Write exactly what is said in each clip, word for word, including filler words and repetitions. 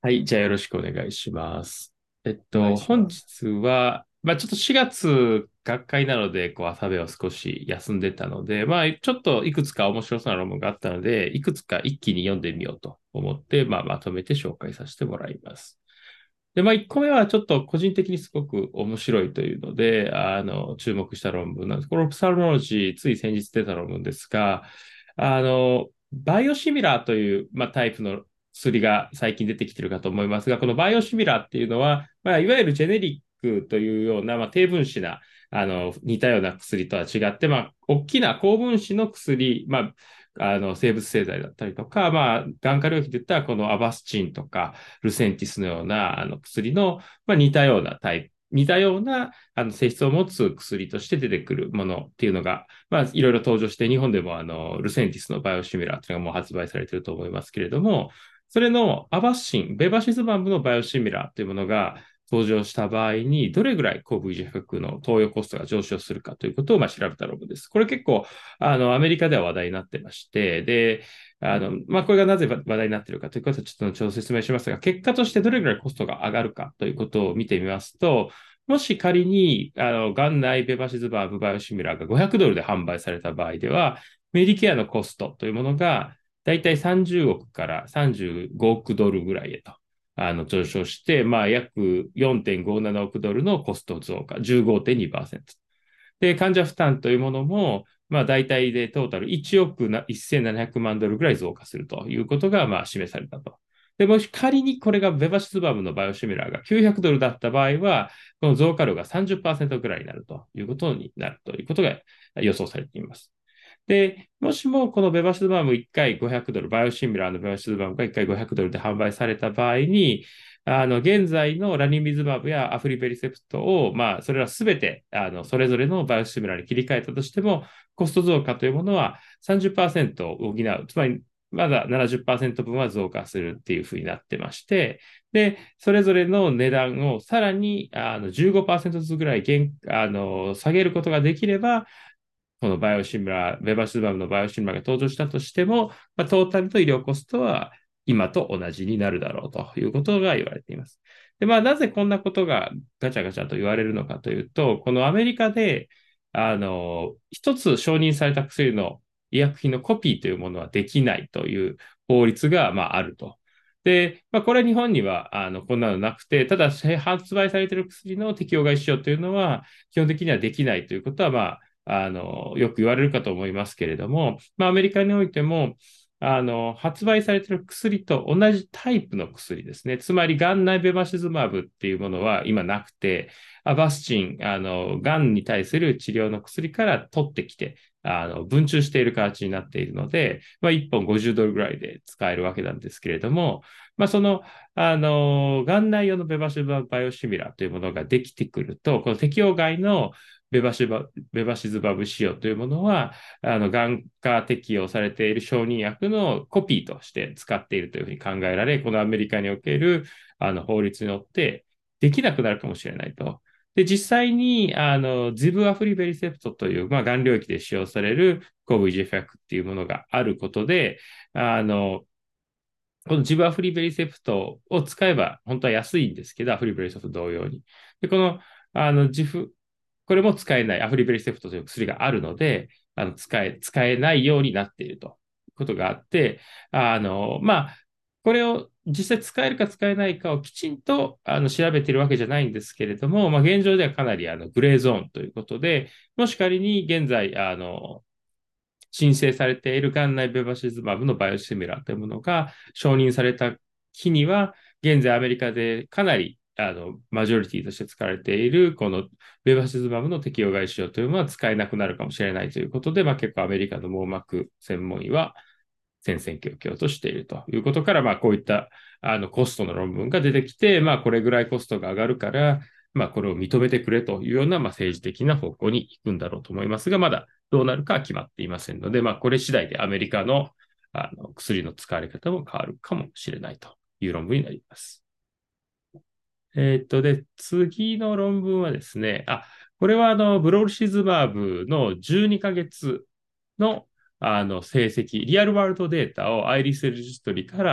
はい、じゃあよろしくお願いします。えっお願いと、本します。 日は、まあちょっとしがつ学会なので、こう朝べを少し休んでたので、まあちょっといくつか面白そうな論文があったので、いくつか一気に読んでみようと思って、まあまとめて紹介させてもらいます。で、まあいっこめはちょっと個人的にすごく面白いというので、あの、注目した論文なんです。これオプサルモロジー、つい先日出た論文ですが、あの、バイオシミラーという、まあ、タイプの薬が最近出てきているかと思いますが、このバイオシミラーっていうのは、まあ、いわゆるジェネリックというような、まあ、低分子な、あの、似たような薬とは違って、まあ、大きな高分子の薬、まあ、あの、生物製剤だったりとか、まあ、眼科領域で言ったら、このアバスチンとか、ルセンティスのような、あの、薬の、まあ、似たようなタイプ、似たようなあの性質を持つ薬として出てくるものっていうのが、まあ、いろいろ登場して、日本でもあの、ルセンティスのバイオシミラーというのがもう発売されていると思いますけれども、それのアバッシン、ベバシズマブのバイオシミラーというものが登場した場合に、どれぐらい抗 ブイジーエフ の投与コストが上昇するかということをまあ調べた論文です。これ結構、あの、アメリカでは話題になってまして、で、あの、まあ、これがなぜ話題になっているかということはちょっと後ほど説明しますが、結果としてどれぐらいコストが上がるかということを見てみますと、もし仮に、あの、元内ベバシズバーブバイオシミラーがごひゃくドルで販売された場合では、メディケアのコストというものが、だいたいさんじゅうおくからさんじゅうごおくドルぐらいへと、あの、上昇して、まあ、約よんてんごななおくドルのコスト増加、じゅうごてんにパーセント。で、患者負担というものも、まあ、大体でトータルいちおくせんななひゃくまんドルぐらい増加するということが、まあ、示されたと。で、もし仮にこれがベバシズバブのバイオシミラーがきゅうひゃくドルだった場合は、この増加量がさんじゅっパーセントぐらいになるということになるということが予想されています。で、もしもこのベバシズマブいっかいごひゃくドル、バイオシミラーのベバシズマブがいっかいごひゃくドルで販売された場合に、あの、現在のラニミズマブやアフリベリセプトを、まあ、それらすべて、あの、それぞれのバイオシミラーに切り替えたとしても、コスト増加というものはさんじゅっパーセントを補う。つまり、まだななじゅっパーセント分は増加するっていうふうになってまして、で、それぞれの値段をさらにあのじゅうごパーセントずつぐらい減あの下げることができれば、このバイオシミラー、ベバシズマブのバイオシミラーが登場したとしても、まあ、トータルと医療コストは今と同じになるだろうということが言われています。で、まあ、なぜこんなことがガチャガチャと言われるのかというと、このアメリカで、あの、一つ承認された薬の医薬品のコピーというものはできないという法律が、まあ、あると。で、まあ、これは日本には、あの、こんなのなくて、ただ、発売されている薬の適用外使用というのは、基本的にはできないということは、まあ、あの、よく言われるかと思いますけれども、まあ、アメリカにおいても、あの、発売されている薬と同じタイプの薬ですね。つまり、ガンナイベバシズマブっていうものは今なくて、アバスチン、あの、ガンに対する治療の薬から取ってきて、あの、分注している形になっているので、まあ、いっぽんごじゅうドルぐらいで使えるわけなんですけれども、まあ、その、あの、眼内用のベバシズマブバイオシミラーというものができてくると、この適用外のベバシバ、ベバシズバブ使用というものは、あの、眼科適用されている承認薬のコピーとして使っているというふうに考えられ、このアメリカにおけるあの法律によってできなくなるかもしれないと。で、実際に、あの、ジブアフリベリセプトという、まあ、がん領域で使用される コーブイジーエフ 薬っていうものがあることで、あの、このジブアフリベリセプトを使えば、本当は安いんですけど、アフリベリセプト同様に。で、この、あの、ジフ、これも使えないアフリベリセプトという薬があるので、あの、使え、使えないようになっているということがあって、あの、まあ、これを実際使えるか使えないかをきちんとあの調べているわけじゃないんですけれども、まあ、現状ではかなりあのグレーゾーンということで、もし仮に現在、あの、申請されている眼内ベバシズマブのバイオシミラーというものが承認された日には、現在アメリカでかなりあのマジョリティとして使われているこのベバシズマブの適用外使用というのは使えなくなるかもしれないということで、まあ、結構アメリカの網膜専門医は戦々恐々としているということから、まあ、こういったあのコストの論文が出てきて、まあ、これぐらいコストが上がるから、まあ、これを認めてくれというような、まあ、政治的な方向に行くんだろうと思いますが、まだどうなるかは決まっていませんので、まあ、これ次第でアメリカのあの薬の使われ方も変わるかもしれないという論文になります。えっと、で、次の論文はですね、あ、これはあの、ブロルシズマーブのじゅうにかげつのあの成績、リアルワールドデータをアイリスレジストリから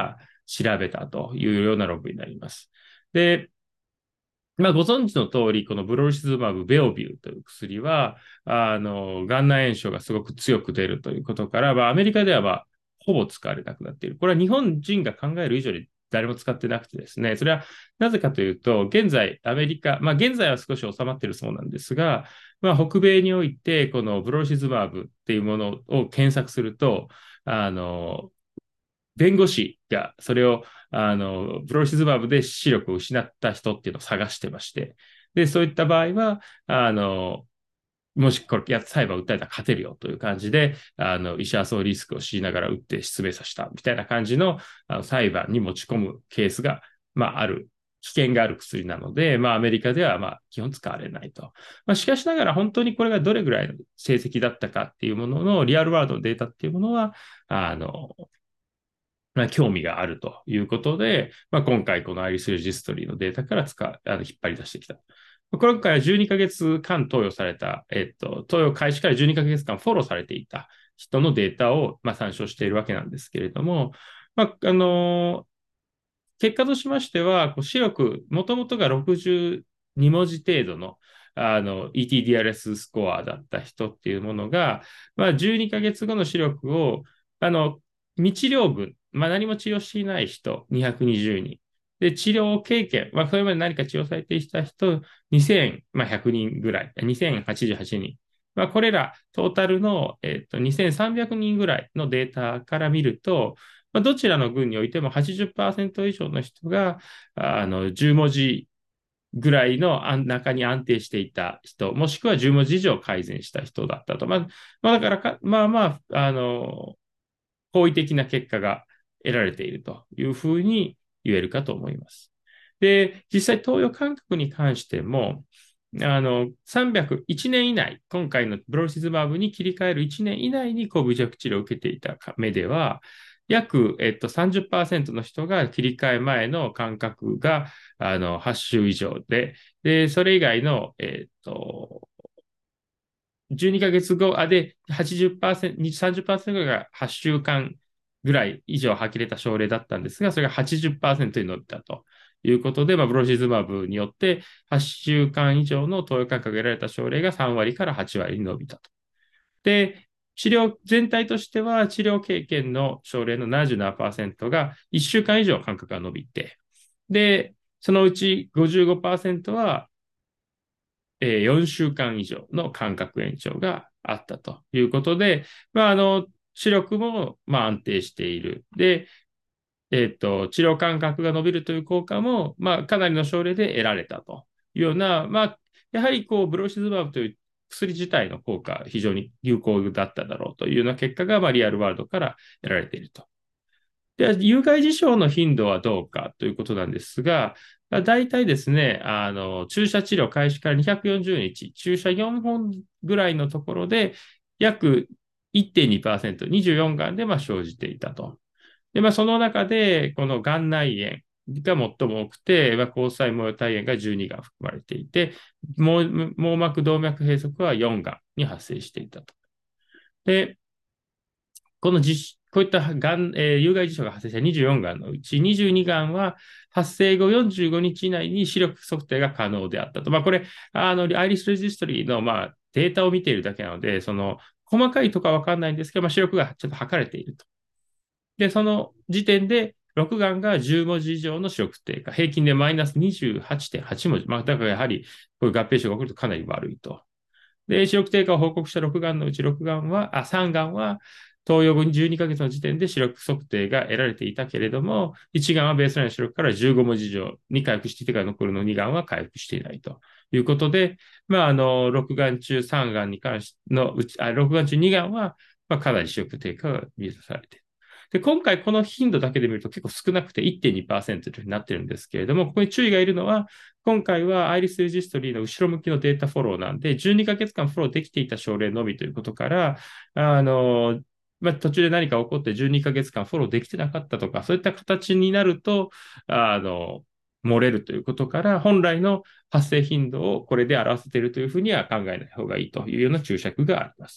調べたというような論文になります。で、まあ、ご存知の通り、このブロルシズマブ、ベオビューという薬は、あの、眼内炎症がすごく強く出るということから、まあ、アメリカでは、まあ、ほぼ使われなくなっている。これは日本人が考える以上に誰も使ってなくてですね、それはなぜかというと、現在、アメリカ、まあ、現在は少し収まっているそうなんですが、まあ、北米において、このブロルシズマブっていうものを検索すると、あの、弁護士がそれをあのプロシズマブで視力を失った人っていうのを探してまして、で、そういった場合は、あの、もしこれや裁判を訴えたら勝てるよという感じで、あの、医者そうリスクを強いながら打って失明させたみたいな感じのあの裁判に持ち込むケースが、まあ、ある、危険がある薬なので、まあ、アメリカでは、まあ、基本使われないと。まあ、しかしながら、本当にこれがどれぐらいの成績だったかっていうものの、リアルワールドのデータっていうものは、あの、まあ、興味があるということで、まあ、今回このアイリスレジストリーのデータから使う、あの引っ張り出してきた。今回はじゅうにかげつかん投与された、えっと、投与開始からじゅうにかげつかんフォローされていた人のデータを、まあ、参照しているわけなんですけれども、まあ、あの結果としましては、こう視力、もともとがろくじゅうに文字程度のあの イーティーディーアールエス スコアだった人っていうものが、まあ、じゅうにかげつごの視力を、あの、未治療群、まあ、何も治療していない人、にひゃくにじゅうにん。で、治療経験、まあ、それまで何か治療されていた人、にせんひゃくにんぐらい、にせんはちじゅうはちにん。まあ、これら、トータルの、えっと、にせんさんびゃくにんぐらいのデータから見ると、まあ、どちらの群においてもはちじゅっパーセント以上の人が、あの、じゅう文字ぐらいの中に安定していた人、もしくはじゅう文字以上改善した人だったと。まあ、まあ、だからか、まあまあ、あの、好意的な結果が得られているというふうに言えるかと思います。で、実際投与間隔に関しても、あの、さんびゃくいちねん以内、今回のブロルシズマブに切り替えるいちねん以内に抗微弱治療を受けていた目では、約、えっと、さんじゅっパーセントの人が切り替え前の間隔が、あの、はち週以上で、で、それ以外の、えっと、じゅうにかげつご、あ、で、はちじゅっパーセント、さんじゅっパーセントぐらいがはっしゅうかんぐらい以上呆れた症例だったんですが、それがはちじゅっパーセントに伸びたということで、まあ、ブロシズマブによってはっしゅうかん以上の投与間隔が得られた症例がさん割からはち割に伸びたと。で、治療全体としては、治療経験の症例のななじゅうななパーセントがいっしゅうかん以上間隔が伸びて、で、そのうちごじゅうごパーセントはえー、よんしゅうかん以上の間隔延長があったということで、まあ、あの、視力も、まあ、安定している。で、えっと、治療間隔が伸びるという効果も、まあ、かなりの症例で得られたというような、まあ、やはりこう、ブロシズマブという薬自体の効果、非常に有効だっただろうというような結果が、まあ、リアルワールドから得られていると。で、有害事象の頻度はどうかということなんですが、大体ですね、あの、注射治療開始からにひゃくよんじゅうにち、注射よんほんぐらいのところで、約いってんにパーセント、にじゅうよんがんでまあ生じていたと。で、まあ、その中で、この眼内炎が最も多くて、まあ、交際模様体炎がじゅうにがん含まれていて、網網膜動脈閉塞はよんがんに発生していたと。で、この実こういったがん、えー有害事象が発生したにじゅうよんがんのうちにじゅうにがんは発生後よんじゅうごにち以内に視力測定が可能であったと。まあ、これ、あの、アイリスレジストリーの、まあ、データを見ているだけなので、その、細かいとかわかんないんですけど、まあ、視力がちょっと測れていると。で、その時点で、ろくがんがじゅう文字以上の視力低下、平均でマイナスにじゅうはちてんはち文字。まあ、だからやはり、こういう合併症が起こるとかなり悪いと。で、視力低下を報告したろくがんのうちろくがんは、あ、さんがんは、投与後にじゅうにかげつの時点で視力測定が得られていたけれども、いちがんはベースラインの視力からじゅうご文字以上に回復していてから残るのにがんは回復していないということで、まあ、あの、ろくがん中さんがんに関してのうち、あ、ろくがん中にがんは、まあ、かなり視力低下が見出されている。で、今回この頻度だけで見ると結構少なくていってんにパーセントというふうになってるんですけれども、ここに注意がいるのは、今回はアイリスレジストリーの後ろ向きのデータフォローなんで、じゅうにかげつかんフォローできていた症例のみということから、あの、まあ、途中で何か起こってじゅうにかげつかんフォローできてなかったとか、そういった形になると、あの、漏れるということから、本来の発生頻度をこれで表せているというふうには考えない方がいいというような注釈があります。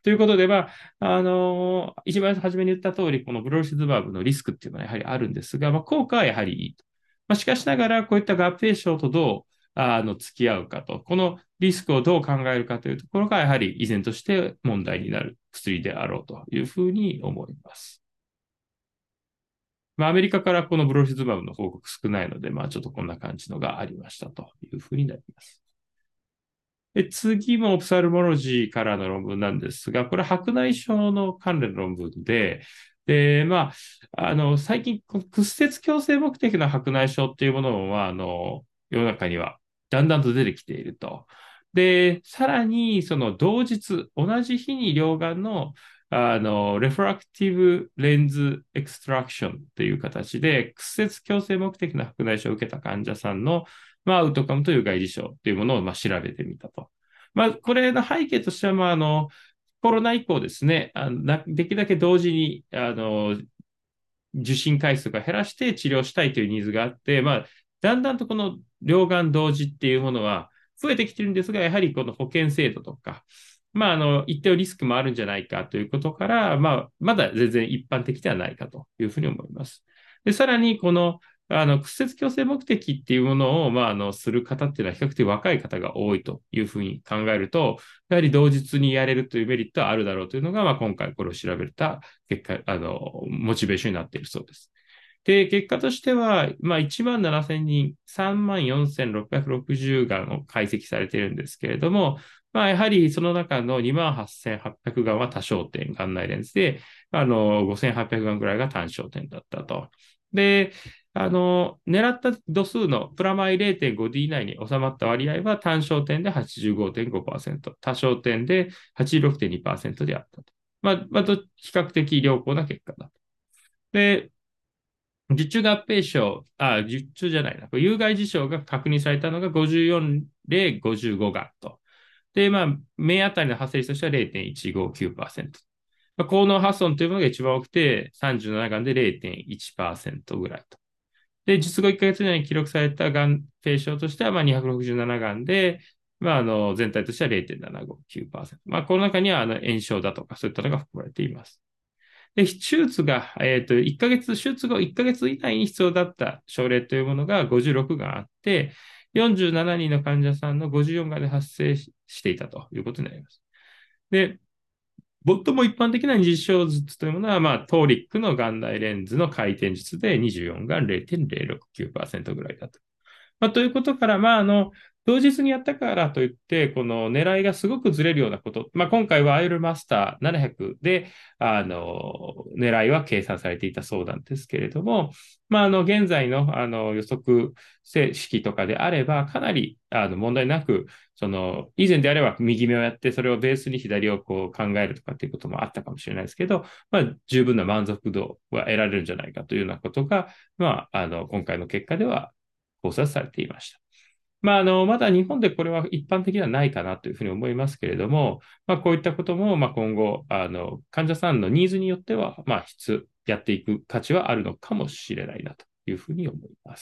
ということで、まあ、あのー一番初めに言った通り、このブロルシズマブのリスクっていうのはやはりあるんですが、まあ、効果はやはりいいと。まあ、しかしながら、こういった合併症とどう、あの、付き合うかと、このリスクをどう考えるかというところが、やはり依然として問題になる薬であろうというふうに思います。まあ、アメリカからこのブロルシズマブの報告少ないので、まあ、ちょっとこんな感じのがありましたというふうになります。で、次もオプサルモロジーからの論文なんですが、これは白内障の関連論文で、で、まあ、あの、最近、屈折矯正目的の白内障っていうものは、あの、世の中にはだんだんと出てきていると。で、さらに、その同日、同じ日に両眼の、あの、レフラクティブレンズエクストラクションっていう形で、屈折矯正目的の白内障を受けた患者さんのまあ、アウトカムという外事象というものをまあ調べてみたと。まあ、これの背景としては、まあ、あの、コロナ以降ですね、あのなできるだけ同時に、あの、受診回数が減らして治療したいというニーズがあって、まあ、だんだんとこの両眼同時っていうものは増えてきてるんですが、やはりこの保険制度とか、まあ、あの、一定のリスクもあるんじゃないかということから、まあ、まだ全然一般的ではないかというふうに思います。で、さらに、この、あの、屈折矯正目的っていうものを、まあ、あの、する方っていうのは比較的若い方が多いというふうに考えると、やはり同日にやれるというメリットはあるだろうというのが、まあ、今回これを調べた結果、あの、モチベーションになっているそうです。で、結果としては、まあ、いちまんななせんにん、さんまんよんせんろっぴゃくろくじゅうがんを解析されているんですけれども、まあ、やはりその中のにまんはっせんはっぴゃくがんは多焦点眼内レンズで、あの、ごせんはっぴゃくがんぐらいが単焦点だったと。で、あの、狙った度数のプラマイ れいてんごディー 以内に収まった割合は単焦点ではちじゅうごてんごパーセント、多焦点ではちじゅうろくてんにパーセントであったと。まあ、まあ、比較的良好な結果だと。で、受注合併症、あ、受注じゃないな、有害事象が確認されたのがごじゅうよん例ごじゅうごがんと。で、まあ、目あたりの発生率としてはれいてんいちごきゅうパーセント。まあ、高脳破損というものが一番多くて、さんじゅうなながんでれいてんいちパーセントぐらいと。で、術後いっかげつ以内に記録されたがん軽症としては、まあ、にひゃくろくじゅうなながんで、まあ、あの、全体としてはれいてんななごきゅうパーセント。まあ、この中には、あの、炎症だとか、そういったのが含まれています。で、手術が、えっと、いっかげつ、手術後いっかげつ以内に必要だった症例というものがごじゅうろくがんあって、よんじゅうななにんの患者さんのごじゅうよんがんで発生していたということになります。で、最も一般的な二次小術というものは、まあ、トーリックの眼内レンズの回転術でにじゅうよんがんれいてんぜろろくきゅうパーセントぐらいだと。まあ、ということから、まあ、あの、同日にやったからといって、この狙いがすごくずれるようなこと、まあ、今回はアイルマスターななひゃくで、あの、狙いは計算されていたそうなんですけれども、まあ、あの、現在の、あの、予測式とかであれば、かなり、あの、問題なく、その、以前であれば右目をやって、それをベースに左をこう考えるとかっていうこともあったかもしれないですけど、まあ、十分な満足度は得られるんじゃないかというようなことが、まあ、あの、今回の結果では考察されていました。まあ、あの、まだ日本でこれは一般的ではないかなというふうに思いますけれども、まあ、こういったことも、まあ、今後、あの、患者さんのニーズによっては、まあ、質、やっていく価値はあるのかもしれないなというふうに思います。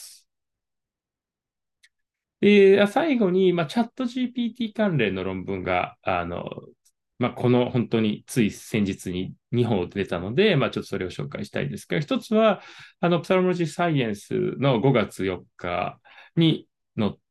で、最後に、まあ、チャット ジーピーティー 関連の論文が、あの、まあ、この本当につい先日ににほん出たので、まあ、ちょっとそれを紹介したいんですが、一つは、あの、プサロモロジーサイエンスのごがつよっかに載った、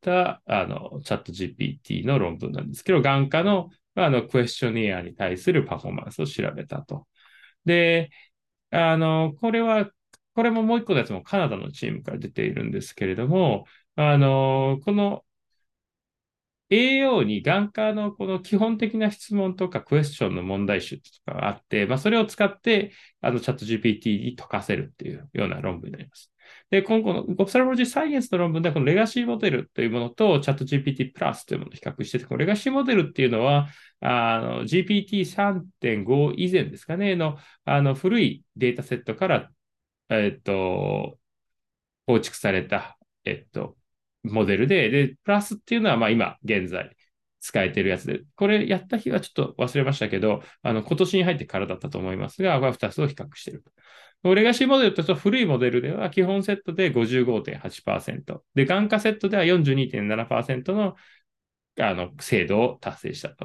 あの、チャット ジーピーティー の論文なんですけど、眼科の、あの、クエスチョネアに対するパフォーマンスを調べたと。で、あの、これは、これももう一個のやつもカナダのチームから出ているんですけれども、あの、この エーオー に眼科のこの基本的な質問とかクエスチョンの問題集とかがあって、まあ、それを使って、あの、チャット ジーピーティー に解かせるっていうような論文になります。で、今後のオプサルモロジーサイエンスの論文では、このレガシーモデルというものとチャット ジーピーティー プラスというものを比較してて、このレガシーモデルっていうのは、あの、ジーピーティーさんてんご 以前ですかね、の、あの、古いデータセットから、えっと、構築された、えっと、モデルで、で、プラスっていうのは、まあ今、現在、使えてるやつで、これやった日はちょっと忘れましたけど、あの、今年に入ってからだったと思いますが、これふたつを比較していると。レガシーモデルと古いモデルでは、基本セットでごじゅうごてんはちパーセント、で、眼科セットではよんじゅうにてんななパーセントの、あの、精度を達成したと。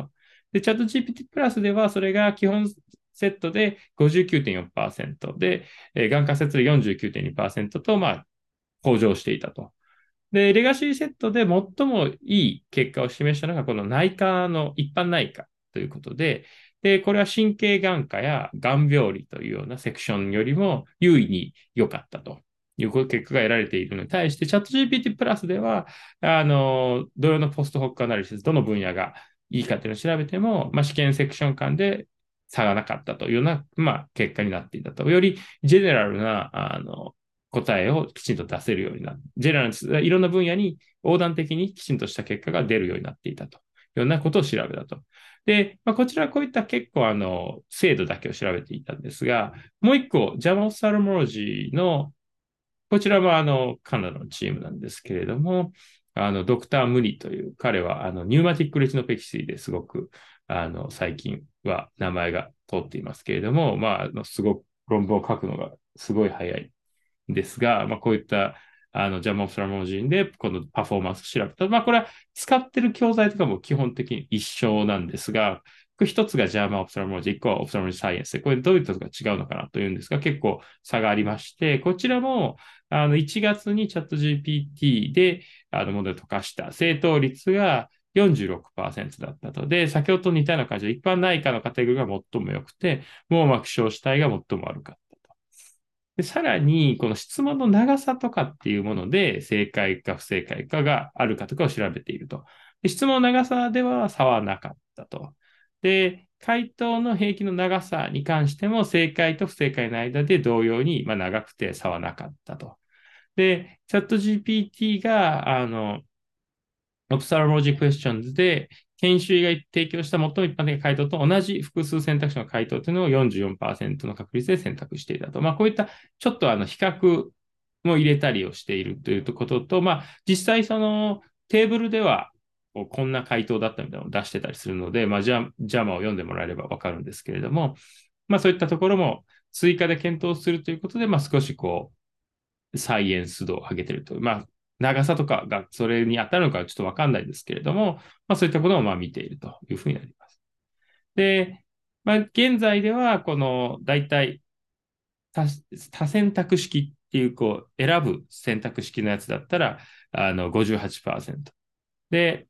で、チャット ジーピーティー プラスでは、それが基本セットでごじゅうきゅうてんよんパーセントで、えー、眼科セットでよんじゅうきゅうてんにパーセントと、まあ、向上していたと。で、レガシーセットで最もいい結果を示したのが、この内科の一般内科ということで、で、これは神経眼科や眼病理というようなセクションよりも優位に良かったという結果が得られているのに対して、チャット ジーピーティー プラスでは、あの、同様のポストホックアナリシス、どの分野がいいかというのを調べても、まあ、試験セクション間で差がなかったというような、まあ、結果になっていたと。よりジェネラルな、あの、答えをきちんと出せるようになる。ジェネラルいろんな分野に横断的にきちんとした結果が出るようになっていたというようなことを調べたと。で、まあ、こちらはこういった結構あの精度だけを調べていたんですが、もう一個、ジャマオサルモロジーの、こちらはあのカナダのチームなんですけれども、あのドクター・ムニという彼はあのニューマティックレチノペキシーですごくあの最近は名前が通っていますけれども、まあ、あのすごく論文を書くのがすごい早いですが、まあ、こういったあのジャムオプサルモロジーでこのパフォーマンスを調べた。まあ、これは使ってる教材とかも基本的に一緒なんですが、一つがジャーマンオプサルモロジー、一個はオプサルモロジーサイエンスで、これどういうところが違うのかなというんですが、結構差がありまして、こちらもあのいちがつにチャット ジーピーティー であのモデルを溶かした正答率がよんじゅうろくパーセントだったと。で、先ほどと似たような感じで、一般内科のカテゴリーが最も良くて、網膜小子体が最も悪かった。で、さらに、この質問の長さとかっていうもので、正解か不正解かがあるかとかを調べていると。で、質問の長さでは差はなかったと。で、回答の平均の長さに関しても、正解と不正解の間で同様に、まあ、長くて差はなかったと。で、チャット ジーピーティー が、あの、オプサロモロジークエスチョンズで、研修医が提供した最も一般的な回答と同じ複数選択肢の回答というのをよんじゅうよんパーセントの確率で選択していたと。まあ、こういったちょっとあの比較も入れたりをしているということと、まあ、実際そのテーブルではこんな回答だったみたいなのを出してたりするので、まあ、ジャジャマを読んでもらえればわかるんですけれども、まあ、そういったところも追加で検討するということで、まあ、少しこう、サイエンス度を上げていると。まあ、長さとかがそれに当たるのかちょっとわかんないですけれども、まあそういったことをまあ見ているというふうになります。で、まあ現在ではこの大体多多選択式っていう、こう、選ぶ選択式のやつだったら、あの、ごじゅうはちパーセント。で、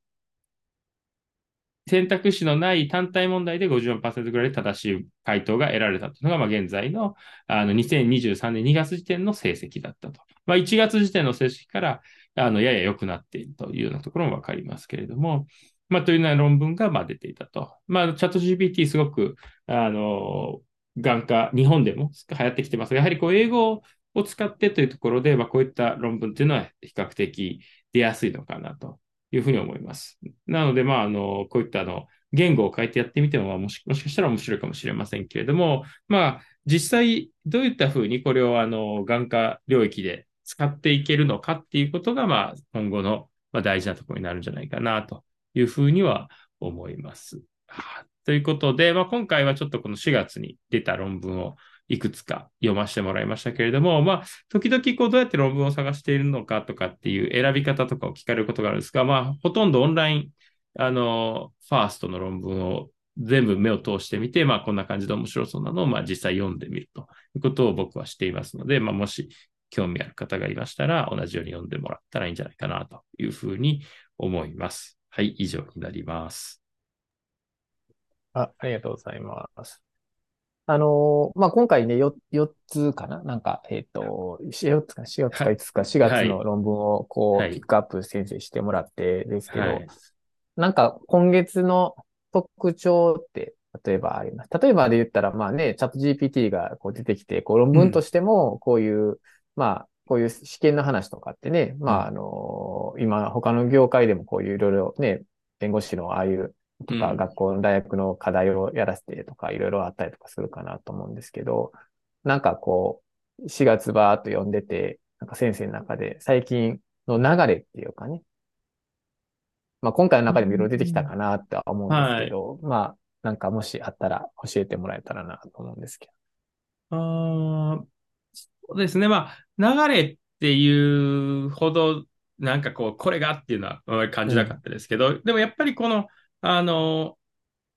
選択肢のない単体問題でごじゅうよんパーセントぐらいで正しい回答が得られたというのが、まあ、現在のあのにせんにじゅうさんねんにがつ時点の成績だったと。まあ、いちがつ時点の成績からあのやや良くなっているというようなところもわかりますけれども、まあ、というような論文がまあ出ていたと。まあ、チャット ジーピーティー すごく、あの、眼科、日本でも流行ってきてますが、やはりこう英語を使ってというところで、まあ、こういった論文というのは比較的出やすいのかなというふうに思います。なので、まあ、あの、こういったあの、言語を変えてやってみても、まあ、もし、もしかしたら面白いかもしれませんけれども、まあ、実際どういったふうにこれをあの、眼科領域で使っていけるのかっていうことが、まあ、今後の、まあ、大事なところになるんじゃないかなというふうには思います。ということで、まあ、今回はちょっとこのしがつに出た論文をいくつか読ませてもらいましたけれども、まあ、時々こうどうやって論文を探しているのかとかっていう選び方とかを聞かれることがあるんですが、まあ、ほとんどオンライン、あの、ファーストの論文を全部目を通してみて、まあ、こんな感じで面白そうなのを、まあ、実際読んでみるということを僕はしていますので、まあ、もし興味ある方がいましたら、同じように読んでもらったらいいんじゃないかなというふうに思います。はい、以上になります。 あ、ありがとうございます。あのーまあ、今回ね、よ、よっつかななんか、えっと、よっつか、しがつかは、 いつか、4 はい、 月の論文をこう、ピッはい、 クアップ先生してもらってですけど、 はい。 なんか今月の特徴って例えばあります。例えばで言ったら、まあね、チャット ジーピーティー がこう出てきて、こう論うん、 文としても、こういう、まあ、こういう試験の話とかってね、まあ、 うん、 あの、今他の業界でもこういういろいろね、弁護士のああいうとか、 うん。 学校の大学の課題をやらせてとか、いろいろあったりとかするかなと思うんですけど、なんかこう、しがつバーっと読んでて、なんか先生の中で最近の流れっていうかね、まあ、今回の中でもいろいろ出てきたかなって思うんですはい。 けど、まあ、なんかもしあったら教えてもらえたらなと思うんですけあー、そうですね。まあ、流れっていうほど、なんかこう、これがっていうのはあまり感ど。うん。 じなかったですけど、でもやっぱりこの、あの、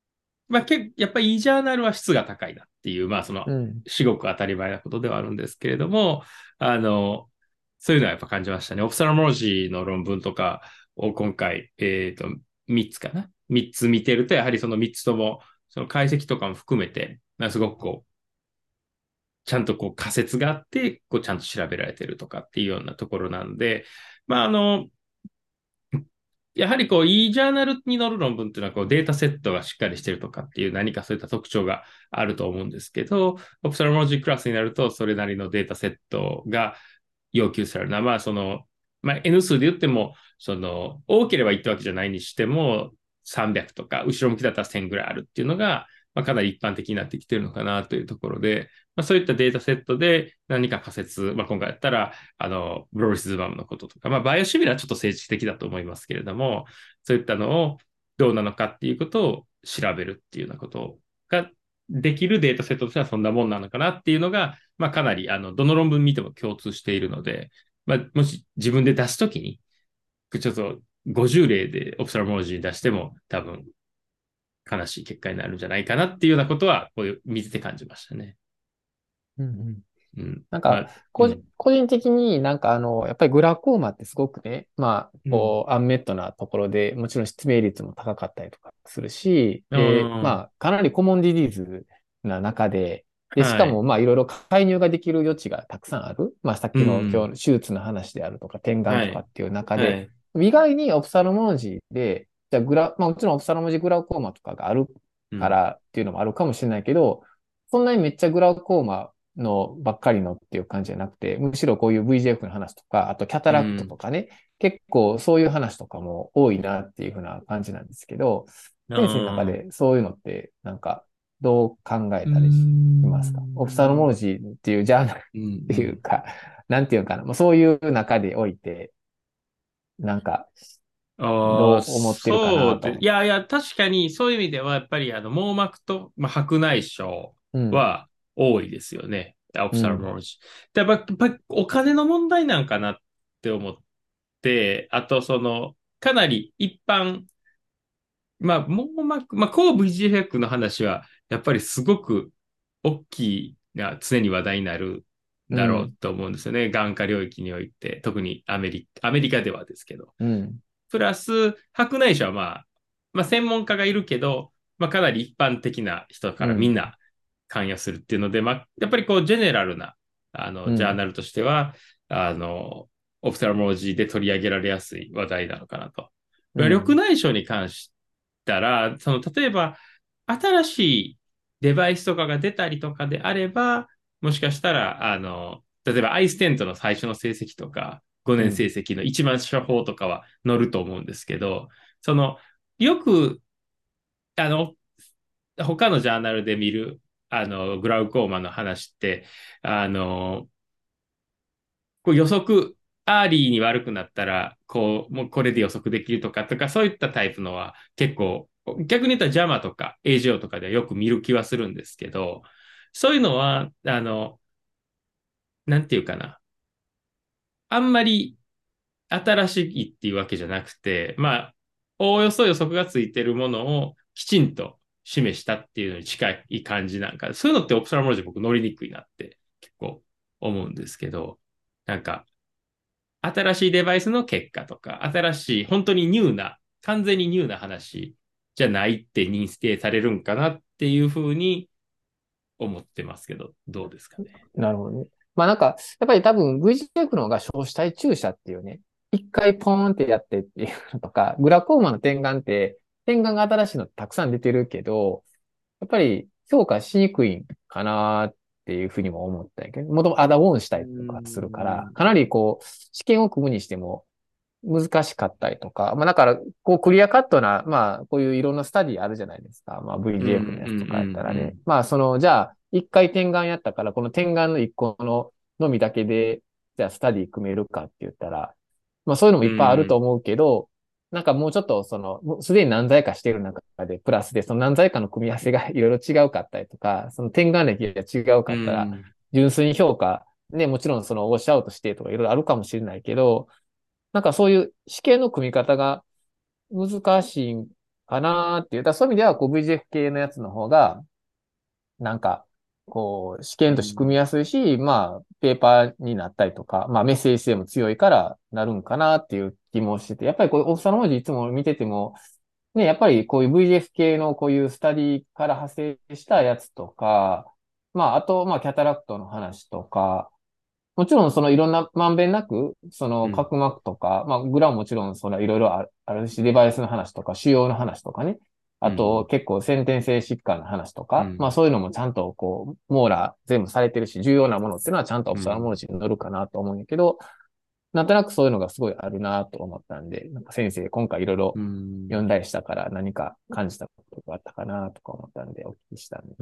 まあ、け、やっぱりいいジャーナルは質が高いなっていう、まあ、その、 うん。 至極当たり前なことではあるんですけれども、あの、そういうのはやっぱ感じましたね。オプサロモロジーの論文とかを今回、えっと、みっつかな？ みっ つ見てると、やはりそのみっつとも、その解析とかも含めて、まあすごくこう、ちゃんとこう仮説があって、こうちゃんと調べられてるとかっていうようなところなんで、まああの、やはりこう、いいジャーナルに載る論文っていうのはこうデータセットがしっかりしてるとかっていう何かそういった特徴があると思うんですけど、オプサロモロジークラスになるとそれなりのデータセットが要求されるのは、まあその、まあ N 数で言っても、その、多ければいいってわけじゃないにしても、さんびゃくとか、後ろ向きだったらせんぐらいあるっていうのが、まあ、かなり一般的になってきてるのかなというところで、まあ、そういったデータセットで何か仮説、まあ、今回やったら、あの、ブロリスズマムのこととか、まあ、バイオシミラーはちょっと政治的だと思いますけれども、そういったのをどうなのかっていうことを調べるっていうようなことができるデータセットとしてはそんなもんなのかなっていうのが、まあ、かなり、あの、どの論文見ても共通しているので、まあ、もし自分で出すときに、ちょっとごじゅう例でオプサロモロジー出しても多分悲しい結果になるんじゃないかなっていうようなことは、こういう見てて感じましたね。 うんうん。 うん。 なんか、 まあ、う個人、 ん。 個人的になんかあの、やっぱりグラコーマってすごくね、まあ、 うん。 こう、アンメットなところで、もちろん失明率も高かったりとかするし、 あで、まあ、 あ、かなりコモンディリーズな中で、で、しはい。 かもまあ、いろいろ介入ができる余地がたくさんある。まあ、さっうきの今日ん。 の手術の話であるとか、点眼はい。 とかっていう中で、 はい。 意外にオプサルモロジーで、じゃあグラ、まあ、もちろんオプサルモロジーグラコーマとかがあるうん。 からっていうのもあるかもしれないけど、そんなにめっちゃグラコーマのばっかりのっていう感じじゃなくて、むしろこういう ブイジーエフ の話とか、あとキャタラクトうん。 とかね、結構そういう話とかも多いなっていう風な感じなんですけど、 あ先生の中あ。 でそういうのってなんかどう考えうーたりしますか？オプサロモロん。 ジーっていうジャーナルっうん。うていうん。 か、なんていうのかな、まあ、そういう中でおいて、なんかああ、 どう思ってるかそうで、いなと。 やいや、確かにそういう意味では、やっぱりあの網膜と、まあ、白内障うん、 は多いですよね。オプサルうん、 モロジー。でやっぱ、やっぱお金の問題なんかなって思って、あとその、かなり一般、まあ、網膜、まあ、抗 ブイジーエフ の話は、やっぱりすごく大きいな、常に話題になるだろううん、 と思うんですよね。眼科領域において、特にアメリカ、アメリカではですけど。 うん、 プラス、白内障はまあ、まあ専門家がいるけど、まあかなり一般的な人かうん、 らみんな関与するっていうので、まあ、やっぱりこう、ジェネラルな、あの、ジャーうん、 ナルとしては、あの、オプサルモロジーで取り上げられやすい話題なのかなと。緑うん、 内障に関したら、その、例えば、新しいデバイスとかが出たりとかであれば、もしかしたら、あの、例えばアイステントの最初の成績とか、ごねん成うん、 績の一番処方とかは載ると思うんですけど、その、よく、あの、他のジャーナルで見る、あの、グラウコーマの話って、あの、こう予測、アーリーに悪くなったら、こう、もうこれで予測できるとか、とか、そういったタイプのは結構、逆に言ったらジャマとか エージェーオー とかではよく見る気はするんですけど、そういうのは、あの、なんていうかな。あんまり新しいっていうわけじゃなくて、まあ、おおよそ予測がついてるものをきちんと示したっていうのに近い感じなんか、そういうのってオプサラモロジー僕乗りにくいなって結構思うんですけど、なんか、新しいデバイスの結果とか、新しい、本当にニューな、完全にニューな話じゃないって認定されるんかなっていうふうに思ってますけど、どうですかね。 なるほどね。まあなんか、やっぱり多分 ブイジーエフ の方が小子体注射っていうね、一回ポーンってやってっていうのとか、グラコーマの点眼って、点眼が新しいのたくさん出てるけど、やっぱり評価しにくいんかなっていうふうにも思ったんやけど、もともとアダウォンしたうーりとかするから、 ん。 かなりこう、試験を組むにしても難しかったりとか、まあだから、こうクリアカットな、まあこういういろんなスタディあるじゃないですか。まあうん、うブイジーエフ のん、うやつとかやったらね。 ん、 まあその、じゃあ、一回点眼やったから、この点眼の一個ののみだけで、じゃあスタディ組めるかって言ったら、まあそういうのもういっぱいあるとん、 思うけど、なんかもうちょっとその、もうすでに何剤かしてる中で、プラスでその何剤かの組み合わせがいろいろ違うかったりとか、その点眼歴が違ううかったら、 ん、 純粋に評価、ね、もちろんそのウォッシュアウトしてとかいろいろあるかもしれないけど、なんかそういう試験の組み方が難しいんかなーっていう。だからそういう意味では、こう ブイジーエフ 系のやつの方が、なんか、こう、試験と仕組みやすいし、まあ、ペーパーになったりとか、まあ、メッセージ性も強いからなるんかなっていう気もしてて、やっぱりこう、オフサロ文字いつも見てても、ね、やっぱりこういう ブイジーエフ 系のこういうスタディから派生したやつとか、まあ、あと、まあ、キャタラクトの話とか、もちろんそのいろんな、まんべんなく、そのうん、 角膜とか、まあ、グラももちろんそのいろいろあるあるし、デバイスの話とか、腫瘍の話とかね。あと、 うん、 結構先天性疾患の話とか、まあうん、 そういうのもちゃんとこう、網羅全部されてるし、重要なものっていうのはちゃんとオプサルモうん、 ロジーに載るかなと思うんやけど、なんとなくそういうのがすごいあるなと思ったんで、なんか先生今回いろいろうん、 読んだりしたから何か感じたことがあったかなとか思ったんでお聞きしたんで。 うん。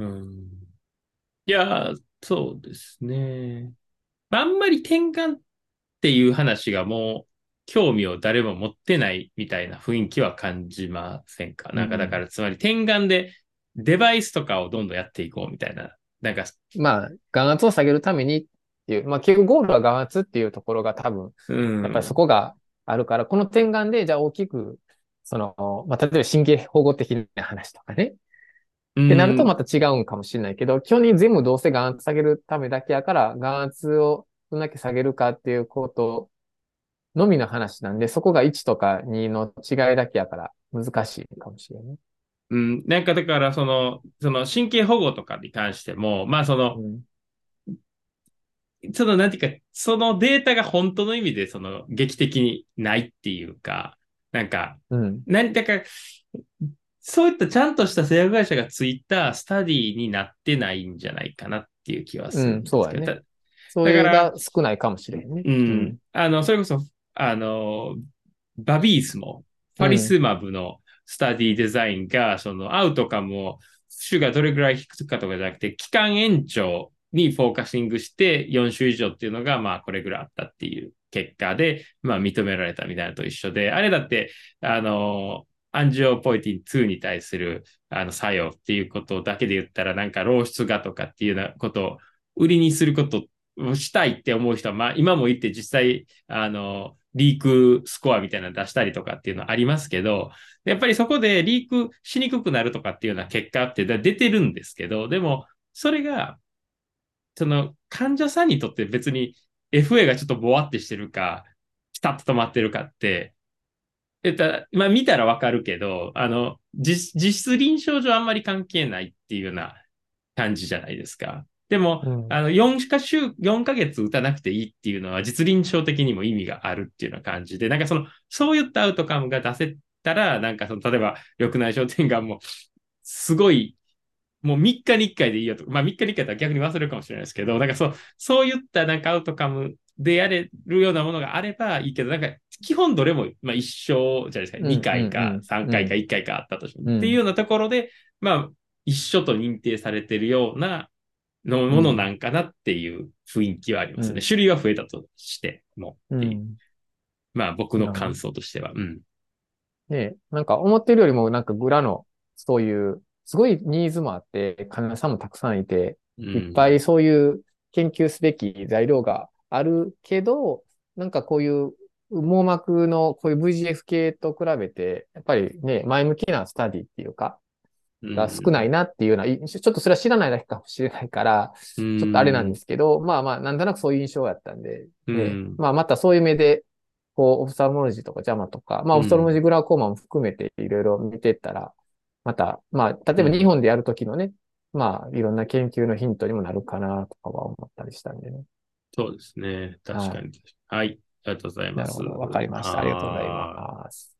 いや、そうですね。まああんまり転換っていう話がもう興味を誰も持ってないみたいな雰囲気は感じませんか？なんかだかうん。 らつまり転換でデバイスとかをどんどんやっていこうみたいな。なんか、 まあ、眼圧を下げるためにっていう、まあ結局ゴールは眼圧っていうところが多分、 うやっぱりそん、 こがあるから、この点眼でじゃあ大きく、その、まあ例えば神経保護的な話とかね。 うってなるとん、 また違うんかもしれないけど、基本に全部どうせ眼圧下げるためだけやから、眼圧をどんだけ下げるかっていうことのみの話なんで、そこがいちとかにの違いだけやから難しいかもしれない。 うん、なんかだからその、その神経保護とかに関しても、まあその、 うん。 そのなんていうか、そのデータが本当の意味でその劇的にないっていうか、なんか、 うん。 なんだか、そういったちゃんとした製薬会社がついたスタディになってないんじゃないかなっていう気はするうん、 んですけど、 そうやね。 だ、 それだから、 が少ないかもしれへんね。 うん、 うん。 あの、それこそ、あの、バビースも、ファリスうん。 マブのスタディデザインが、そのアウトカムを、種がどれぐらい低くかとかじゃなくて、期間延長にフォーカシングして、よん種以上っていうのが、まあ、これぐらいあったっていう結果で、まあ、認められたみたいなのと一緒で、あれだって、あの、アンジオポイティンツーに対するあの作用っていうことだけで言ったら、なんか漏出がとかっていうようなことを売りにすることしたいって思う人は、まあ、今も言って実際、あの、リークスコアみたいなの出したりとかっていうのはありますけど、やっぱりそこでリークしにくくなるとかっていうような結果って出てるんですけど、でも、それが、その患者さんにとって別に エフエー がちょっとボワってしてるか、ピタッと止まってるかって、えっと、まあ見たらわかるけど、あの、実、実質臨床上あんまり関係ないっていうような感じじゃないですか。でも、 うん。 あの、よんか週、よんかげつ打たなくていいっていうのは実臨床的にも意味があるっていうような感じで、なんかその、そういったアウトカムが出せたら、なんかその、例えば、緑内障点眼も、すごいもうみっかにいっかいでいいよとか、まあみっかにいっかいだったら逆に忘れるかもしれないですけど、なんかそう、そういったなんかアウトカムでやれるようなものがあればいいけど、なんか基本どれも、まあ一緒じゃないですか。 うん、 にかいかうん、 3 うん、 回かいっかいかあったとしても。っうん、 ていうようなところで、まあ一緒と認定されているようなのものなうん、 んかなっていう雰囲気はありますね。 うん、 種類は増えたとしてもっていう。 うん。 まあ僕の感なるほど。 想としては。うん。 で、なんか思ってるよりもなんか裏のそういうすごいニーズもあって、患者さんもたくさんいて、 ういっぱいん。 そういう研究すべき材料があるけど、なんかこういう網膜のこういう ブイジーエフ 系と比べて、やっぱりね、前向きなスタディっていうか、 うが少ないん。 なっていうような、いちょっとそれは知らないだけかもしれないから、 うちょっとあれなんでん。 すけど、まあまあ、なんとなくそういう印象やったんで、 うね、 ん。 まあまたそういう目で、こう、オフサルモロジーとかジャマとか、まあオフサルモロジーうん。 グラコーマも含めていろいろ見ていったら、また、まあ、例えば日うん。 本でやるときのね、まあ、いろんな研究のヒントにもなるかなとかは思ったりしたんでね。 そうですね。確はい。 かに。はい。ありがとうございます。 なるほど。わかりました。ありがとうございはーい。 ます。